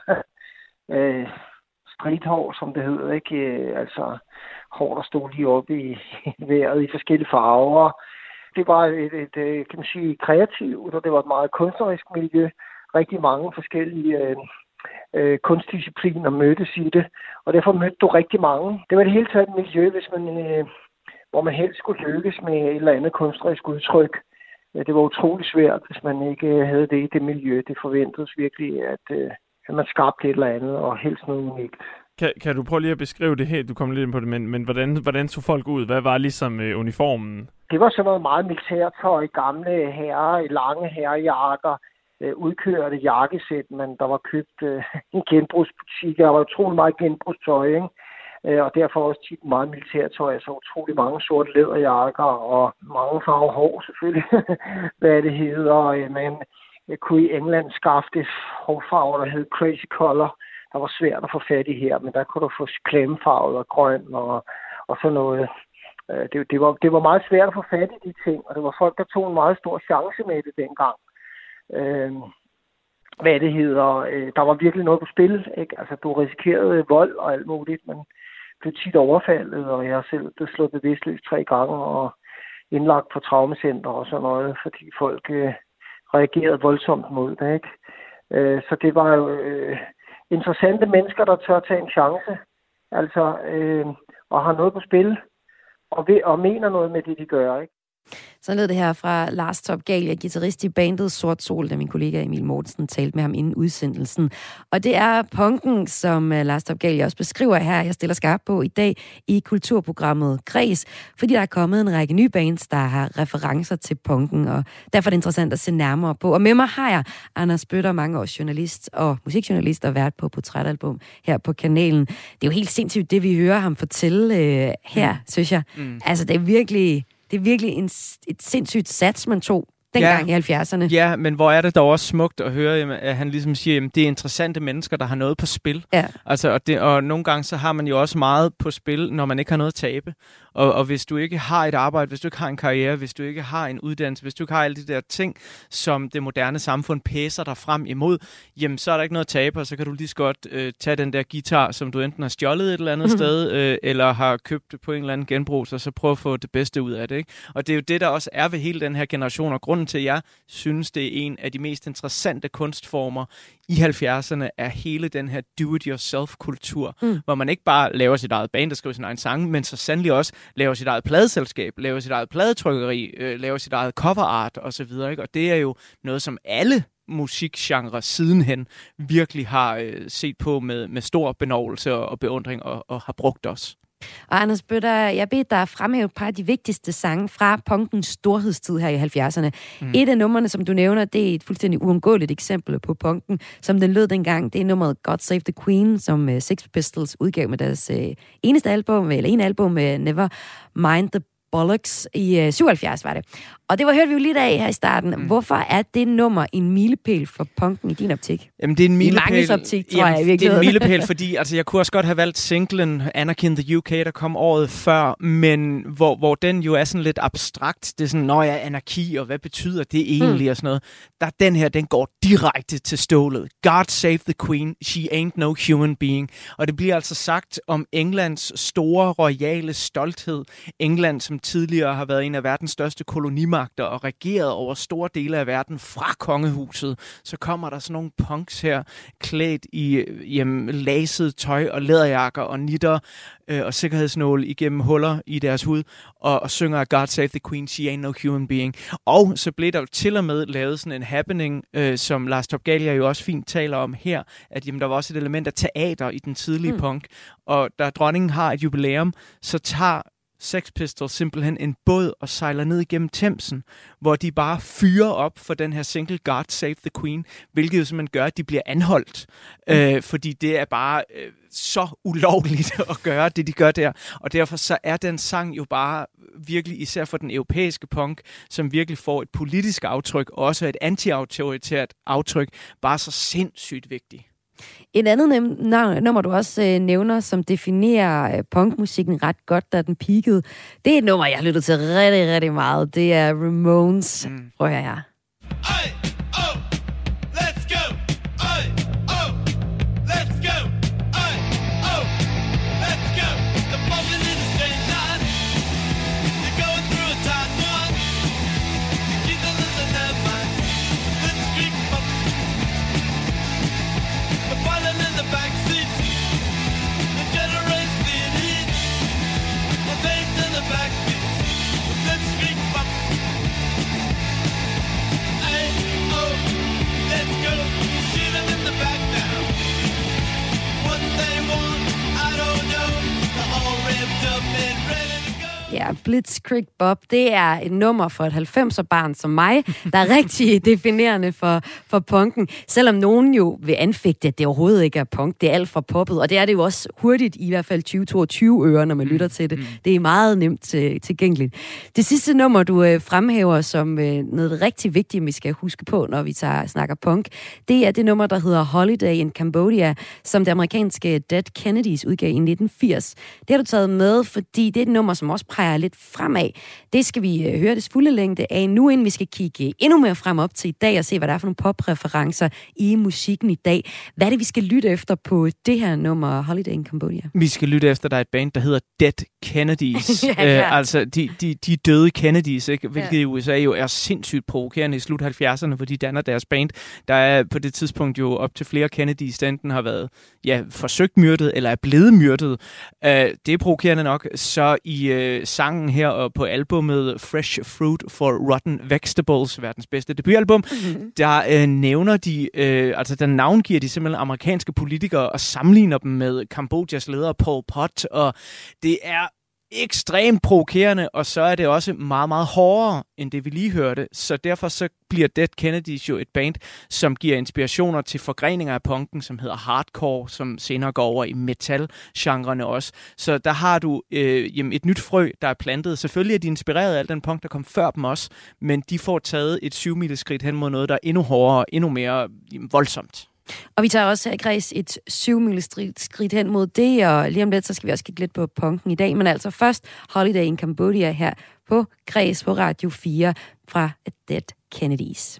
Strithår, som det hedder, ikke? Altså hår, der stod lige oppe i vejret i forskellige farver. Det var et kan man sige, kreativt, og det var et meget kunstnerisk miljø. Rigtig mange forskellige kunstdiscipliner mødtes i det, og derfor mødte du rigtig mange. Det var det hele taget et miljø, hvis man, hvor man helst skulle lykkes med et eller andet kunstnerisk udtryk. Det var utrolig svært, hvis man ikke havde det i det miljø. Det forventedes virkelig, at man skabte et eller andet, og helst noget unikt. Kan du prøve lige at beskrive det her? Du kom lidt ind på det, men hvordan så folk ud? Hvad var ligesom uniformen? Det var sådan noget meget militærtøj, gamle herrer i lange herrejakker, udkørte jakkesæt, men der var købt i genbrugsbutikker. Der var utrolig meget genbrugstøj, ikke? Og derfor også tit meget militærtøj, altså utrolig mange sorte læderjakker og mange farver hår selvfølgelig, hvad det hedder. Men jeg kunne i England skaffe det hårfarver, der hed Crazy Color. Der var svært at få fat i her, men der kunne du få klemmefarvet og grøn og sådan noget. Det var meget svært at få fat i de ting, og det var folk, der tog en meget stor chance med det dengang. Hvad det hedder, der var virkelig noget på spil, ikke? Altså, du risikerede vold og alt muligt, men blev tit overfaldet, og jeg har selv blevet slået bevidstløs 3 gange og indlagt på traumacenter og sådan noget, fordi folk reagerede voldsomt mod det, ikke? Så det var jo interessante mennesker, der tør tage en chance, altså, og har noget på spil, og mener noget med det, de gør, ikke? Så lød det her fra Lars Top-Galia, guitarist i bandet Sort Sol, da min kollega Emil Mortensen talte med ham inden udsendelsen. Og det er punken, som Lars Top-Galia også beskriver her, jeg stiller skarp på i dag i kulturprogrammet Kreds, fordi der er kommet en række nye bands, der har referencer til punken, og derfor er det interessant at se nærmere på. Og med mig har jeg Anders Bøtter, mange års journalist og musikjournalist og vært på Portrætalbum her på kanalen. Det er jo helt sindssygt, det vi hører ham fortælle her, synes jeg. Altså, det er virkelig et sindssygt sats, man tog dengang i 70'erne. Ja, men hvor er det dog også smukt at høre, at han ligesom siger, at det er interessante mennesker, der har noget på spil. Ja. Altså, og nogle gange så har man jo også meget på spil, når man ikke har noget at tabe. Og hvis du ikke har et arbejde, hvis du ikke har en karriere, hvis du ikke har en uddannelse, hvis du ikke har alle de der ting, som det moderne samfund pæser dig frem imod, jamen så er der ikke noget at tabe, og så kan du lige så godt tage den der guitar, som du enten har stjålet et eller andet sted, eller har købt på en eller anden genbrug, og så prøve at få det bedste ud af det. Ikke? Og det er jo det, der også er ved hele den her generation, og grunden til, at jeg synes, det er en af de mest interessante kunstformer i 70'erne, er hele den her do-it-yourself-kultur, hvor man ikke bare laver sit eget band, der skriver sin egen sang, men så sandelig også laver sit eget pladeselskab, laver sit eget pladetrykkeri, laver sit eget coverart osv. Og det er jo noget, som alle musikgenre sidenhen virkelig har set på med stor benovelse og beundring og har brugt os. Og Anders Bøtter, jeg beder dig fremhæve et par af de vigtigste sange fra punkens storhedstid her i 70'erne. Et af numrene, som du nævner, det er et fuldstændig uundgåeligt eksempel på punken, som den lød dengang. Det er nummeret God Save the Queen, som Sex Pistols udgav med deres ene album, Never Mind the Bollocks i 77 var det. Og det hørte vi jo lidt af her i starten. Hvorfor er det nummer en milepæl for punken i din optik? Jamen, det er en milepæl. I manges optik, tror jeg virkelig. Det er en milepæl, fordi jeg kunne også godt have valgt singlen Anarchy in the UK, der kom året før, men hvor den jo er sådan lidt abstrakt. Det er sådan, anarki, og hvad betyder det egentlig, og sådan noget. Den her, den går direkte til stålet. God save the Queen, she ain't no human being. Og det bliver altså sagt om Englands store, royale stolthed. England, som tidligere har været en af verdens største kolonimagter og regeret over store dele af verden fra kongehuset, så kommer der sådan nogle punks her, klædt i laset tøj og læderjakker og nitter og sikkerhedsnål igennem huller i deres hud, og synger God Save the Queen, she ain't no human being. Og så blev der jo til og med lavet sådan en happening, som Lars Topgalia jo også fint taler om her, at der var også et element af teater i den tidlige punk, og da dronningen har et jubilæum, så tager Sex Pistols simpelthen en båd og sejler ned igennem Themsen, hvor de bare fyrer op for den her single God Save the Queen, hvilket jo simpelthen gør, at de bliver anholdt. Fordi det er bare så ulovligt at gøre det, de gør der. Og derfor så er den sang jo bare virkelig, især for den europæiske punk, som virkelig får et politisk aftryk, også et anti-autoritært aftryk, bare så sindssygt vigtigt. Et andet nummer, du også nævner, som definerer punkmusikken ret godt, da den peakede, det er et nummer, jeg har lyttet til rigtig, rigtig meget. Det er Ramones. Prøv at høre her. Ja, Blitzkrieg Bob, det er et nummer for et 90'er-barn som mig, der er rigtig definerende for punken. Selvom nogen jo vil anfægte, at det overhovedet ikke er punk, det er alt fra poppet, og det er det jo også hurtigt, i hvert fald 2022 øre, når man lytter til det. Det er meget nemt tilgængeligt. Det sidste nummer, du fremhæver som noget rigtig vigtigt, vi skal huske på, når vi snakker punk, det er det nummer, der hedder Holiday in Cambodia, som det amerikanske Dead Kennedys udgav i 1980. Det har du taget med, fordi det er et nummer, som også peger lidt fremad. Det skal vi høre det fulde længde af nu, inden vi skal kigge endnu mere frem op til i dag og se, hvad der er for nogle popreferencer i musikken i dag. Hvad er det, vi skal lytte efter på det her nummer, Holiday in Cambodia? Vi skal lytte efter, der er et band, der hedder Dead Kennedys. Altså, de døde Kennedys, ikke? Hvilket i USA jo er sindssygt provokerende i slut 70'erne, hvor de danner deres band. Der er på det tidspunkt jo op til flere Kennedys, der enten har været forsøgt myrdet, eller er blevet myrdet. Det er provokerende nok. Så i sangen her og på albumet Fresh Fruit for Rotten Vegetables, verdens bedste debutalbum, der nævner de, der navngiver de simpelthen amerikanske politikere og sammenligner dem med Kambodjas leder Pol Pot, og det er ekstremt provokerende, og så er det også meget, meget hårdere, end det vi lige hørte. Så derfor så bliver Dead Kennedys jo et band, som giver inspirationer til forgreninger af punken, som hedder hardcore, som senere går over i metal-genrerne også. Så der har du et nyt frø, der er plantet. Selvfølgelig er de inspireret af al den punk, der kom før dem også, men de får taget et 7-mileskridt hen mod noget, der er endnu hårdere, endnu mere voldsomt. Og vi tager også her, Græs, et 7-mileskridt hen mod det, og lige om lidt, så skal vi også kigge lidt på punken i dag. Men altså først Holiday in Cambodia her på Græs på Radio 4 fra Dead Kennedys.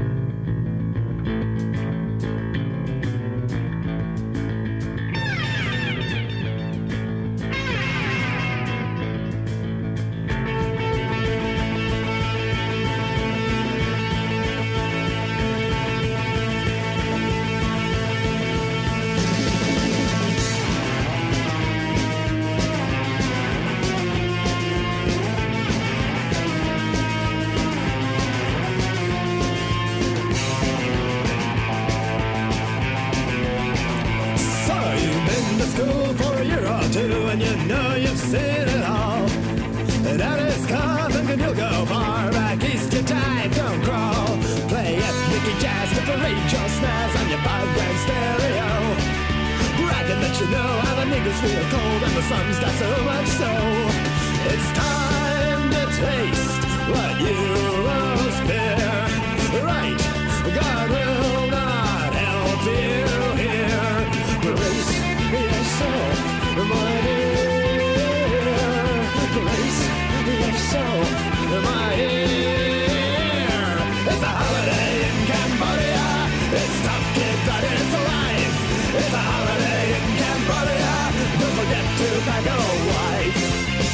And you know you've seen it all. And that is coming and you'll go far back east. Your time don't crawl. Play ethnic jazz to parade your snares on your background stereo. Bragging that you know how the niggas feel cold and the sun's got so much so. It's time to taste what you most fear. Right, God will not help you here. Brace yourself, my dear. Brace yourself, my dear. It's a holiday in Cambodia. It's tough, kid, but it's alive. It's a holiday in Cambodia. Don't forget to pack a wife.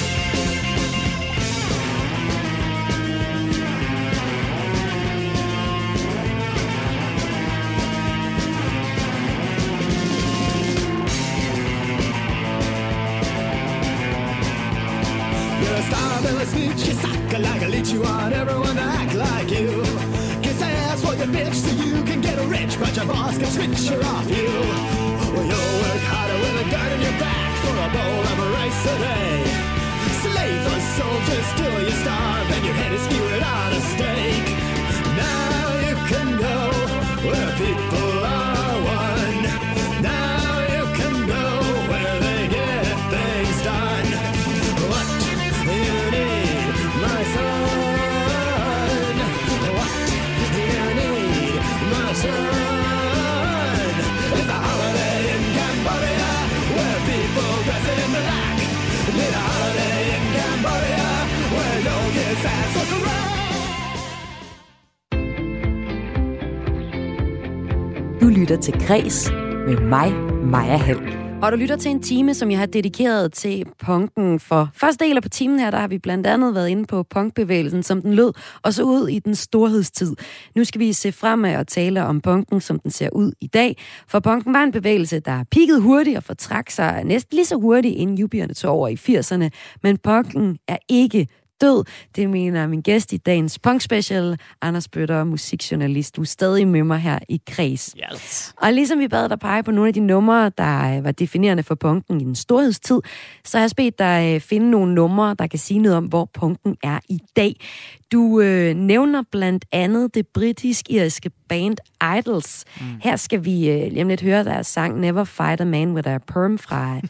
You suck like a leech, you want everyone to act like you. Kiss ass for your bitch so you can get rich, but your boss can switch her off you. Well, you'll work harder with a gun in your back for a bowl of rice a day. Slave for soldiers till you starve and your head is skewered on a stake. Now you can go where people are one. Now you can go where they get things done. What you need, my son? What you need, my son? It's a holiday in Cambodia where people dress in black. Need a holiday in Cambodia where no gets ass look around. Du lytter til Græs med mig, Maja Hall. Og du lytter til en time, som jeg har dedikeret til punken. For første del af på timen her, der har vi blandt andet været inde på punkbevægelsen, som den lød, og så ud i den storhedstid. Nu skal vi se fremad og tale om punken, som den ser ud i dag. For punken var en bevægelse, der peakede hurtigt og fortrak sig næsten lige så hurtigt, inden jubierne tog over i 80'erne. Men punken er ikke død. Det mener min gæst i dagens Punk Special, Anders Bøtter, musikjournalist. Du er stadig med mig her i Græs. Yes. Og ligesom vi bad dig pege på nogle af de numre, der var definerende for punken i den storhedstid, så har jeg bedt dig finde nogle numre, der kan sige noget om, hvor punken er i dag. Du nævner blandt andet det britisk-irske band Idols. Her skal vi lige om lidt høre deres sang Never Fight a Man with a Perm fra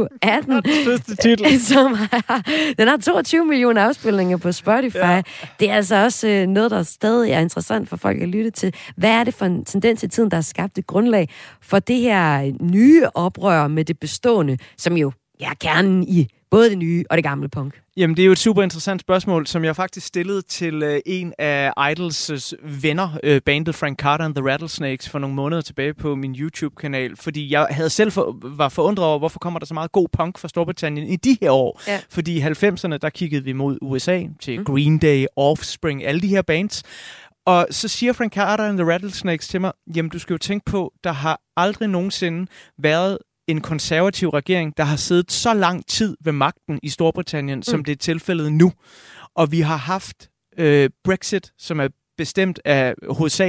2018. Som den har 22 millioner afspilninger på Spotify. Ja. Det er altså også noget, der stadig er interessant for folk at lytte til. Hvad er det for en tendens i tiden, der har skabt et grundlag for det her nye oprør med det bestående, som jo er kernen i både det nye og det gamle punk? Jamen, det er jo et super interessant spørgsmål, som jeg faktisk stillede til en af Idols' venner, bandet Frank Carter and the Rattlesnakes, for nogle måneder tilbage på min YouTube-kanal, fordi jeg havde selv var forundret over, hvorfor kommer der så meget god punk fra Storbritannien i de her år. Ja. Fordi i 90'erne, der kiggede vi mod USA, til Green Day, Offspring, alle de her bands. Og så siger Frank Carter and the Rattlesnakes til mig, jamen, du skal jo tænke på, der har aldrig nogensinde været en konservativ regering, der har siddet så lang tid ved magten i Storbritannien, som det er tilfældet nu. Og vi har haft Brexit, som er bestemt af hovedsageligt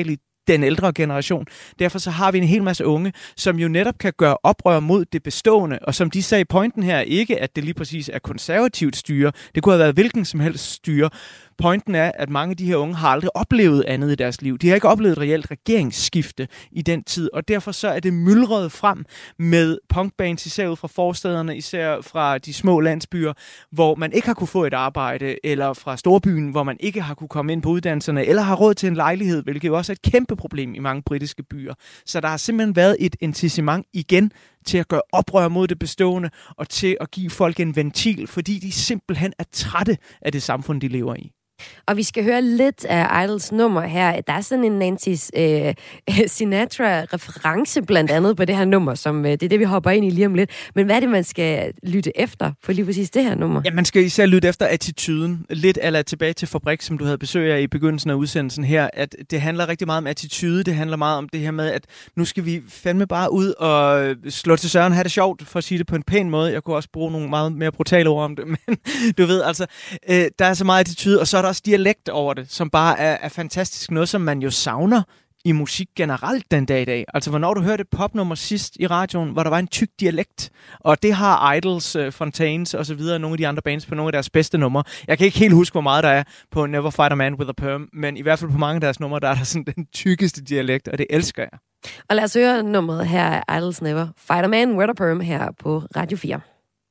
den ældre generation. Derfor så har vi en hel masse unge, som jo netop kan gøre oprør mod det bestående, og som de sagde, pointen her ikke, at det lige præcis er konservativt styre. Det kunne have været hvilken som helst styre. Pointen er, at mange af de her unge har aldrig oplevet andet i deres liv. De har ikke oplevet et reelt regeringsskifte i den tid, og derfor så er det myldret frem med punkbands, især ud fra forstederne, især fra de små landsbyer, hvor man ikke har kunne få et arbejde, eller fra storbyen, hvor man ikke har kunne komme ind på uddannelserne, eller har råd til en lejlighed, hvilket jo også er et kæmpe problem i mange britiske byer. Så der har simpelthen været et incitament igen til at gøre oprør mod det bestående, og til at give folk en ventil, fordi de simpelthen er trætte af det samfund, de lever i. Og vi skal høre lidt af Idols nummer her. Der er sådan en Nancy Sinatra-reference blandt andet på det her nummer, som det er det, vi hopper ind i lige om lidt. Men hvad er det, man skal lytte efter på lige præcis det her nummer? Ja, man skal især lytte efter attituden. Lidt eller tilbage til Fabrik, som du havde besøg af i begyndelsen af udsendelsen her, at det handler rigtig meget om attitude. Det handler meget om det her med, at nu skal vi fandme bare ud og slå til søren, have det sjovt, for at sige det på en pæn måde. Jeg kunne også bruge nogle meget mere brutale ord om det, men du ved, altså, der er så meget attitude, og så er der også dialekt over det, som bare er fantastisk. Noget, som man jo savner i musik generelt den dag i dag. Altså, hvornår du hørte et popnummer sidst i radioen, hvor der var en tyk dialekt. Og det har Idols, Fontaines og så videre, nogle af de andre bands på nogle af deres bedste numre. Jeg kan ikke helt huske, hvor meget der er på Never Fight a Man with a Perm, men i hvert fald på mange af deres numre, der er der sådan den tykkeste dialekt, og det elsker jeg. Og lad os høre nummeret her af Idols Never Fight a Man with a Perm her på Radio 4.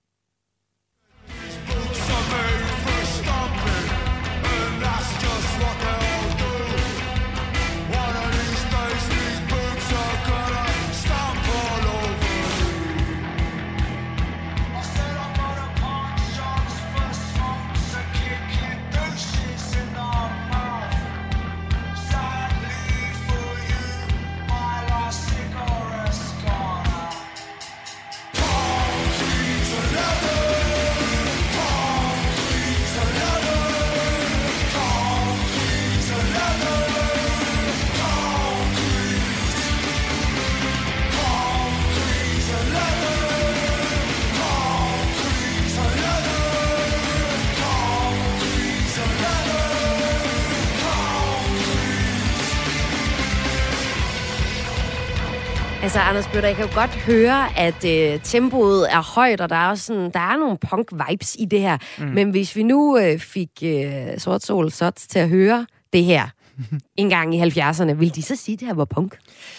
Altså, Anders Bøtter, jeg kan jo godt høre, at tempoet er højt, og der er også sådan, der er nogle punk-vibes i det her. Men hvis vi nu fik Sort Sol Sots til at høre det her en gang i 70'erne, ville de så sige, at det her var punk?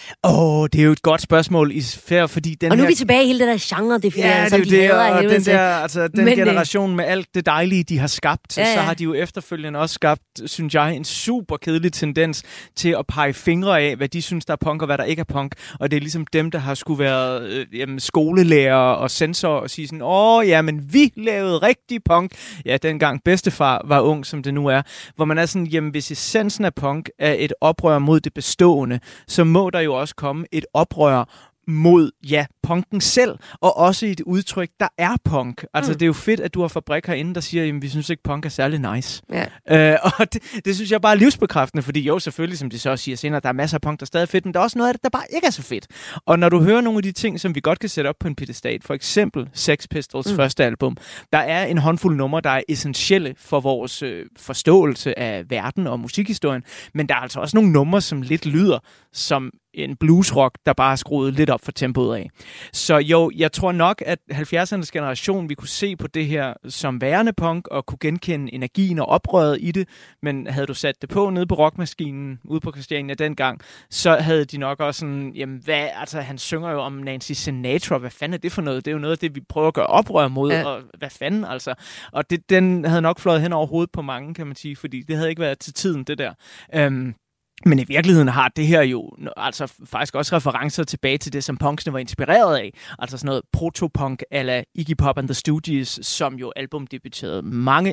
Det er jo et godt spørgsmål, især fordi den. Og nu her... er vi tilbage i hele det der genre-definering, ja, som de hader af helvede til. Den generation med alt det dejlige, de har skabt, så har de jo efterfølgende også skabt, synes jeg, en super kedelig tendens til at pege fingre af, hvad de synes, der er punk, og hvad der ikke er punk. Og det er ligesom dem, der har skulle være skolelærer og sensor og sige sådan, men vi lavede rigtig punk. Ja, dengang bedstefar var ung, som det nu er. Hvor man er sådan, hvis essensen af punk er et oprør mod det bestående, så må der jo også komme et oprør mod, punken selv, og også et udtryk, der er punk. Altså, det er jo fedt, at du har Fabrik herinde, der siger, jamen, vi synes ikke, punk er særlig nice. Ja. Og det synes jeg bare er livsbekræftende, fordi jo, selvfølgelig, som de så siger senere, der er masser af punk, der er stadig fedt, men der er også noget af det, der bare ikke er så fedt. Og når du hører nogle af de ting, som vi godt kan sætte op på en piedestal, for eksempel Sex Pistols første album, der er en håndfuld numre, der er essentielle for vores forståelse af verden og musikhistorien, men der er altså også nogle numre, som lidt lyder som en bluesrock, der bare er skruet lidt op for tempoet af. Så jo, jeg tror nok, at 70'ernes generation, vi kunne se på det her som værende punk, og kunne genkende energien og oprøret i det, men havde du sat det på nede på rockmaskinen, ude på Christiania dengang, så havde de nok også sådan, jamen hvad, altså han synger jo om Nancy Sinatra, hvad fanden er det for noget? Det er jo noget af det, vi prøver at gøre oprør mod, og hvad fanden altså? Og den havde nok fløjet hen over hovedet på mange, kan man sige, fordi det havde ikke været til tiden, det der. Men i virkeligheden har det her jo altså faktisk også referencer tilbage til det, som punksene var inspireret af. Altså sådan noget protopunk a la Iggy Pop and the Stooges, som jo albumdebuterede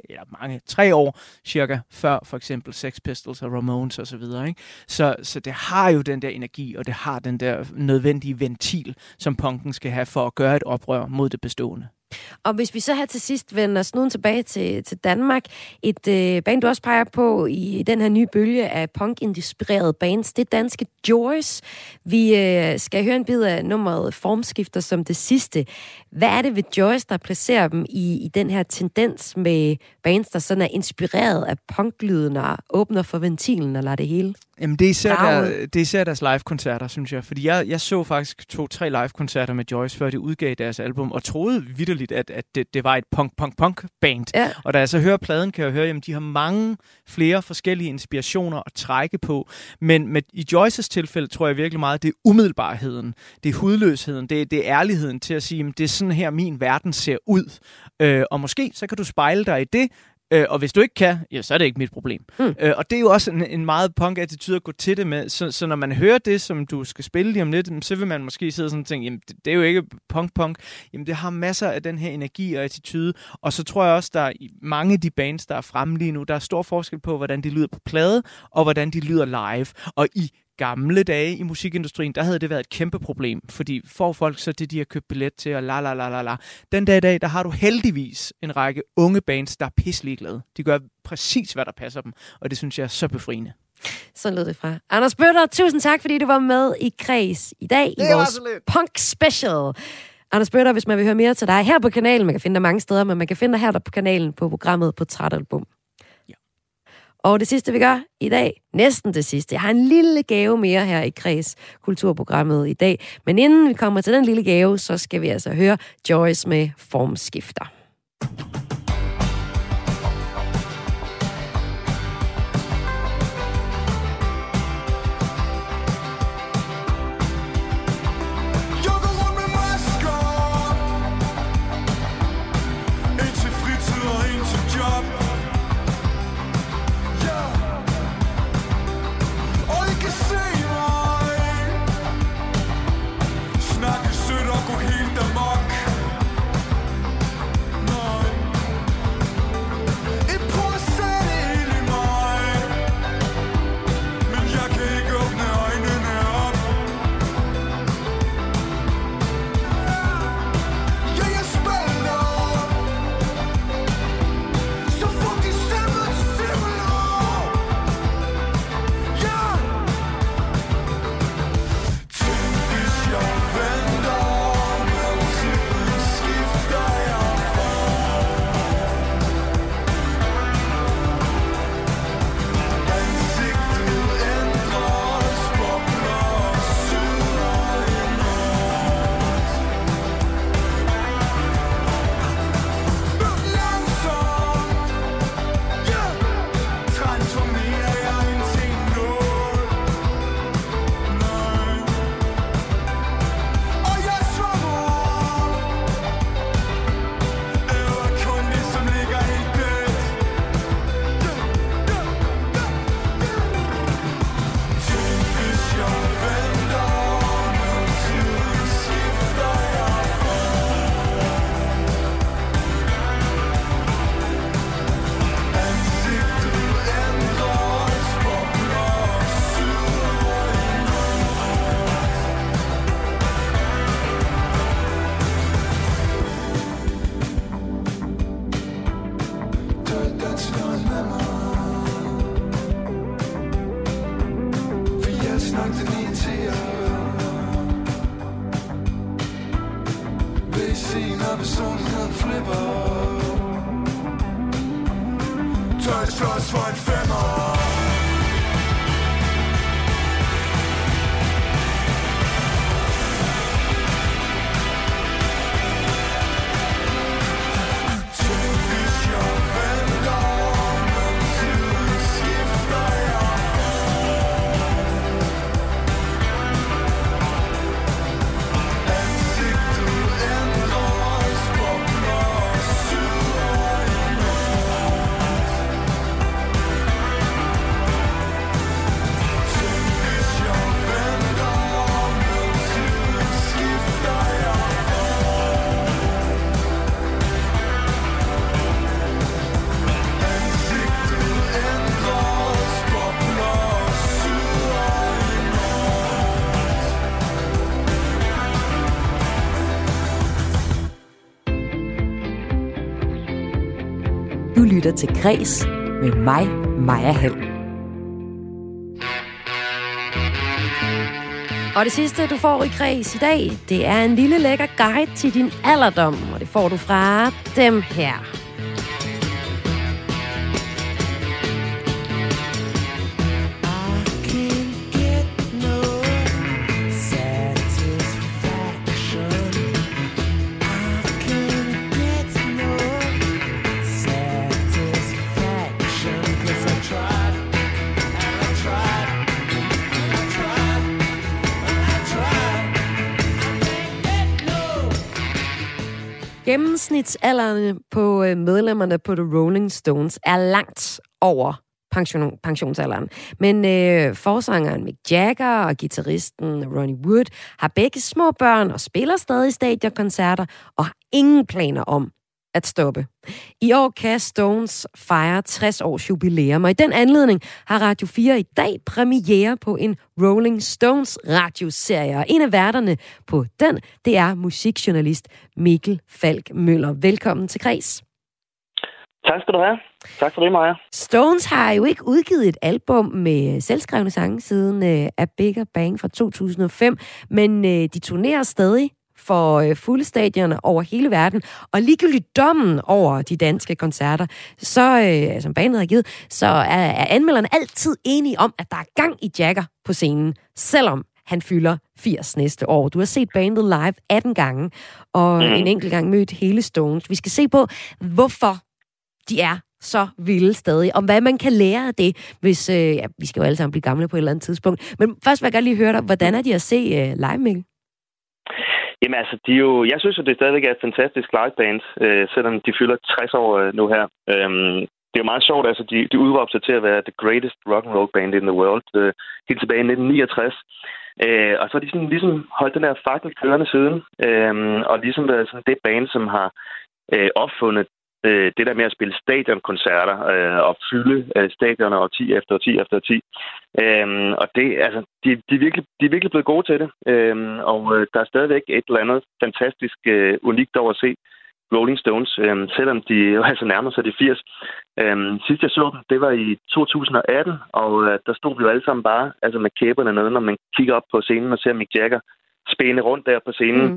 3 år cirka før for eksempel Sex Pistols og Ramones og så videre. Ikke? Så det har jo den der energi, og det har den der nødvendige ventil, som punken skal have for at gøre et oprør mod det bestående. Og hvis vi så her til sidst vender snuden tilbage til Danmark, et band, du også peger på i den her nye bølge af punk-inspirerede bands, det er danske Joyce. Vi skal høre en bid af nummeret Formskifter som det sidste. Hvad er det ved Joyce, der placerer dem i den her tendens med bands, der sådan er inspireret af punklyden og åbner for ventilen og lader det hele Jamen, det er især deres live-koncerter, synes jeg. Fordi jeg så faktisk 2-3 live-koncerter med Joyce, før de udgav deres album, og troede vitterligt, at det var et punk-band. Ja. Og da jeg så hører pladen, kan jeg høre, at de har mange flere forskellige inspirationer at trække på. Men i Joyces tilfælde tror jeg virkelig meget, det er umiddelbarheden, det er hudløsheden, det er ærligheden til at sige, at det er sådan her, min verden ser ud. Og måske så kan du spejle dig i det, og hvis du ikke kan, ja, så er det ikke mit problem. Og det er jo også en meget punk-attitude at gå til det med. Så når man hører det, som du skal spille lige om lidt, så vil man måske sidde sådan og tænke, jamen det er jo ikke punk. Jamen det har masser af den her energi og attitude. Og så tror jeg også, der er mange af de bands, der er fremme lige nu, der er stor forskel på, hvordan de lyder på plade, og hvordan de lyder live. Og i gamle dage i musikindustrien, der havde det været et kæmpe problem, fordi får folk så det, de har købt billet til, og la. Den dag i dag, der har du heldigvis en række unge bands, der er pisseligeglade. De gør præcis, hvad der passer dem, og det synes jeg er så befriende. Sådan lød det fra Anders Bøtter. Tusind tak, fordi du var med i Kreds i dag i vores Punk Special. Anders Bøtter, hvis man vil høre mere til dig her på kanalen, man kan finde dig mange steder, men man kan finde dig her på kanalen på programmet på Trætalbum. Og det sidste, vi gør i dag, næsten det sidste. Jeg har en lille gave mere her i Kreds Kulturprogrammet i dag. Men inden vi kommer til den lille gave, så skal vi altså høre Joyce med Formskifter. Du lytter til Kreds med mig, Maja Hall. Og det sidste, du får i Kreds i dag, det er en lille lækker guide til din alderdom, og det får du fra dem her. I can't Gennemsnitsalderen på medlemmerne på The Rolling Stones er langt over pensionsalderen. Men forsangeren Mick Jagger og guitaristen Ronnie Wood har begge små børn og spiller stadig stadionkoncerter og har ingen planer om at stoppe. I år kan Stones fejre 60 års jubilæum, og i den anledning har Radio 4 i dag premiere på en Rolling Stones radioserie. Og en af værterne på den, det er musikjournalist Mikkel Falk Møller. Velkommen til Kres. Tak skal du have. Tak for det, Maja. Stones har jo ikke udgivet et album med selvskrevne sange siden A Bigger Bang fra 2005, men de turnerer stadig for fulde stadioner over hele verden, og ligegyldigt dommen over de danske koncerter, så, som bandet har givet, så er anmelderne altid enige om, at der er gang i Jagger på scenen, selvom han fylder 80 næste år. Du har set bandet live 18 gange, og en enkelt gang mødt hele Stones. Vi skal se på, hvorfor de er så vilde stadig, om hvad man kan lære af det, hvis vi skal jo alle sammen blive gamle på et eller andet tidspunkt. Men først vil jeg gerne lige høre dig, hvordan er de at se live, Mikkel? Jamen altså, jeg synes jo, det stadigvæk er et fantastisk liveband, selvom de fylder 60 år nu her. Det er jo meget sjovt, altså de udråbte sig til at være the greatest rock and roll band in the world, helt tilbage i 1969. Og så har de sådan, ligesom holdt den der fakkel kørende siden, og ligesom været sådan det band, som har opfundet det der med at spille stadionkoncerter og fylde stadioner og 10 efter 10 efter 10. Og det, altså, de er virkelig blevet gode til det. Og der er stadigvæk et eller andet fantastisk unikt over at se Rolling Stones, selvom de jo altså nærmer sig de 80. Sidst jeg så dem, det var i 2018, og der stod vi jo alle sammen bare altså med kæberne nede, når man kigger op på scenen og ser Mick Jagger spæne rundt der på scenen.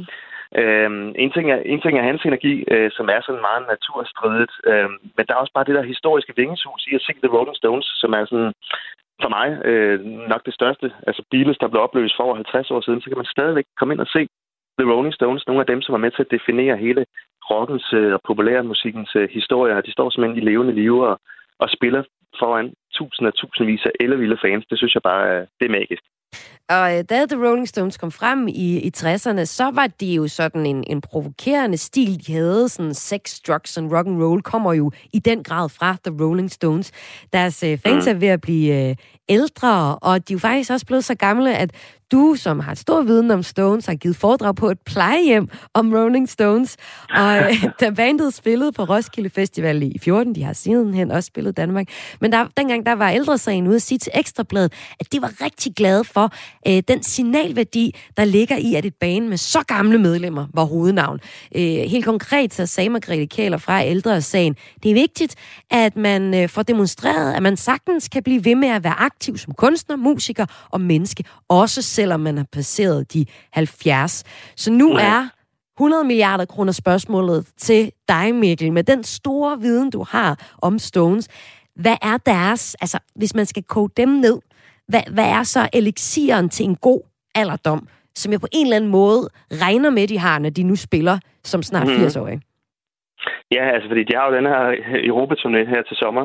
En ting er hans energi, som er sådan meget naturstridigt, men der er også bare det der historiske vingeshus i at se The Rolling Stones, som er sådan for mig nok det største. Altså Beatles, der blev opløst for over 50 år siden, så kan man stadigvæk komme ind og se The Rolling Stones, nogle af dem, som er med til at definere hele rockens og populærmusikkens historie. De står simpelthen i levende live og spiller foran tusindvis af ellevilde fans. Det synes jeg bare, det er magisk. Og da The Rolling Stones kom frem i 60'erne, så var det jo sådan en provokerende stil, de havde. Sådan sex, drugs and rock and roll kommer jo i den grad fra The Rolling Stones. Deres fans er ved at blive ældre, og de er jo faktisk også blevet så gamle, at du, som har et stor viden om Stones, har givet foredrag på et plejehjem om Rolling Stones. Og da bandet spillede på Roskilde Festival i 14, de har sidenhen også spillet Danmark, men dengang der var Ældresagen ude at sige til Ekstrabladet, at de var rigtig glade for den signalværdi, der ligger i, at et band med så gamle medlemmer var hovednavn. Helt konkret så sagde Margrethe Kjæler fra Ældresagen, det er vigtigt, at man får demonstreret, at man sagtens kan blive ved med at være aktiv som kunstner, musiker og menneske, også selvom man har passeret de 70. Så nu er 100 milliarder kroner spørgsmålet til dig, Mikkel, med den store viden, du har om Stones. Hvad er deres, altså hvis man skal koge dem ned, hvad er så elixiren til en god alderdom, som jeg på en eller anden måde regner med, de har, når de nu spiller som snart 80-årige? Ja, altså fordi de har jo den her Europa-turné her til sommer,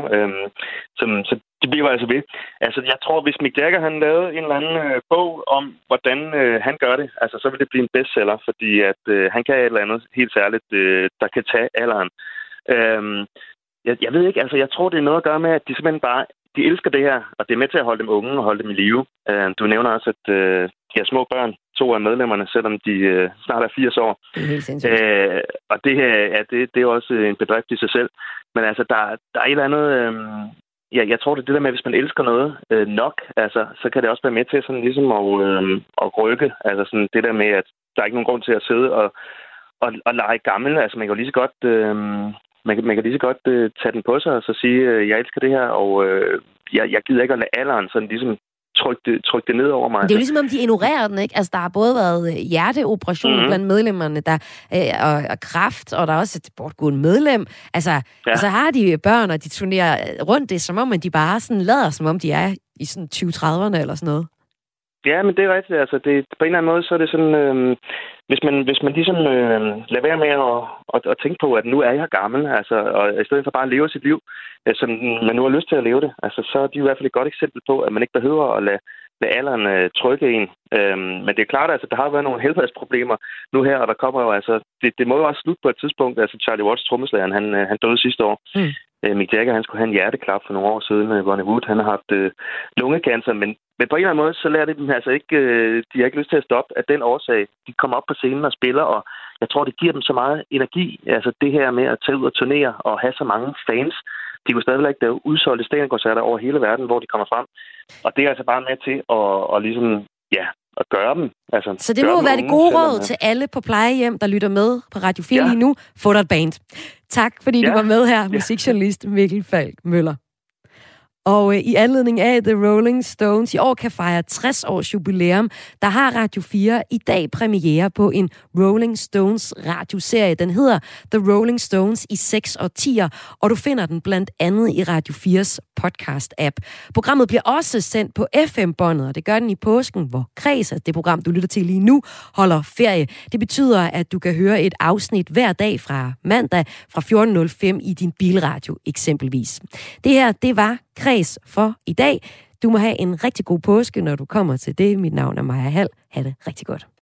så det bliver altså ved. Altså jeg tror, hvis Mick Jagger han lavede en eller anden bog om, hvordan han gør det, altså så vil det blive en bestseller, fordi at han kan et eller andet helt særligt, der kan tage alderen. Jeg ved ikke, altså jeg tror, det er noget at gøre med, at de simpelthen bare, de elsker det her, og det er med til at holde dem unge og holde dem i live. Du nævner også, at de har små børn, 2 af medlemmerne, selvom de snart er 80 år. Det er helt sindssygt. Og det her, det er også en bedrift i sig selv. Men altså, der er et eller andet... jeg tror, det er det der med, at hvis man elsker noget nok, altså, så kan det også være med til sådan ligesom at rykke. Altså sådan det der med, at der er ikke nogen grund til at sidde og lege gammel. Altså man kan jo lige så godt... Man kan lige så godt tage den på sig og så sige, jeg elsker det her, og jeg gider ikke at lade alderen sådan ligesom trykke det ned over mig. Det er jo ligesom, om de ignorerer den, ikke? Altså, der har både været hjerteoperationer blandt medlemmerne, og kræft, og der er også et bortgående medlem. Altså, så har de børn, og de turnerer rundt det, som om at de bare sådan lader, som om de er i sådan 20-30'erne eller sådan noget. Ja, men det er rigtigt. Altså, det, på en eller anden måde, så er det sådan, hvis man ligesom lader være med at tænke på, at nu er jeg gammel, altså, og i stedet for bare at leve sit liv, som man nu har lyst til at leve det, altså, så er de i hvert fald et godt eksempel på, at man ikke behøver at lade lade alderen trykke en. Men det er klart, altså, der har været nogle helbredsproblemer nu her, og der kommer jo altså... Det må jo også slutte på et tidspunkt. Altså, Charlie Watts, trommeslageren, han døde sidste år. Mick Jagger, han skulle have en hjerteklap for nogle år siden. Ronnie Wood, han har haft lungekancer, men på en eller anden måde, så lærer det dem altså ikke... de har ikke lyst til at stoppe af den årsag. De kommer op på scenen og spiller, og jeg tror, det giver dem så meget energi. Altså, det her med at tage ud og turnere og have så mange fans... De kunne stadigvæk lave udsolgte stadionkoncerter over hele verden, hvor de kommer frem. Og det er altså bare med til at ligesom, ja, at gøre dem. Altså, så det må være det gode råd til alle på plejehjem, der lytter med på Radio 4 lige nu. Få dig et band. Tak, fordi du var med her, musikjournalist Mikkel Falk Møller. Og i anledning af The Rolling Stones i år kan fejre 60 års jubilæum, der har Radio 4 i dag premiere på en Rolling Stones radioserie. Den hedder The Rolling Stones i 6 årtier, og du finder den blandt andet i Radio 4's podcast-app. Programmet bliver også sendt på FM-båndet, og det gør den i påsken, hvor Kreds, det program, du lytter til lige nu, holder ferie. Det betyder, at du kan høre et afsnit hver dag fra mandag fra 14.05 i din bilradio eksempelvis. Det her, det var Kreds for i dag. Du må have en rigtig god påske, når du kommer til det. Mit navn er Maja Hall. Ha' det rigtig godt.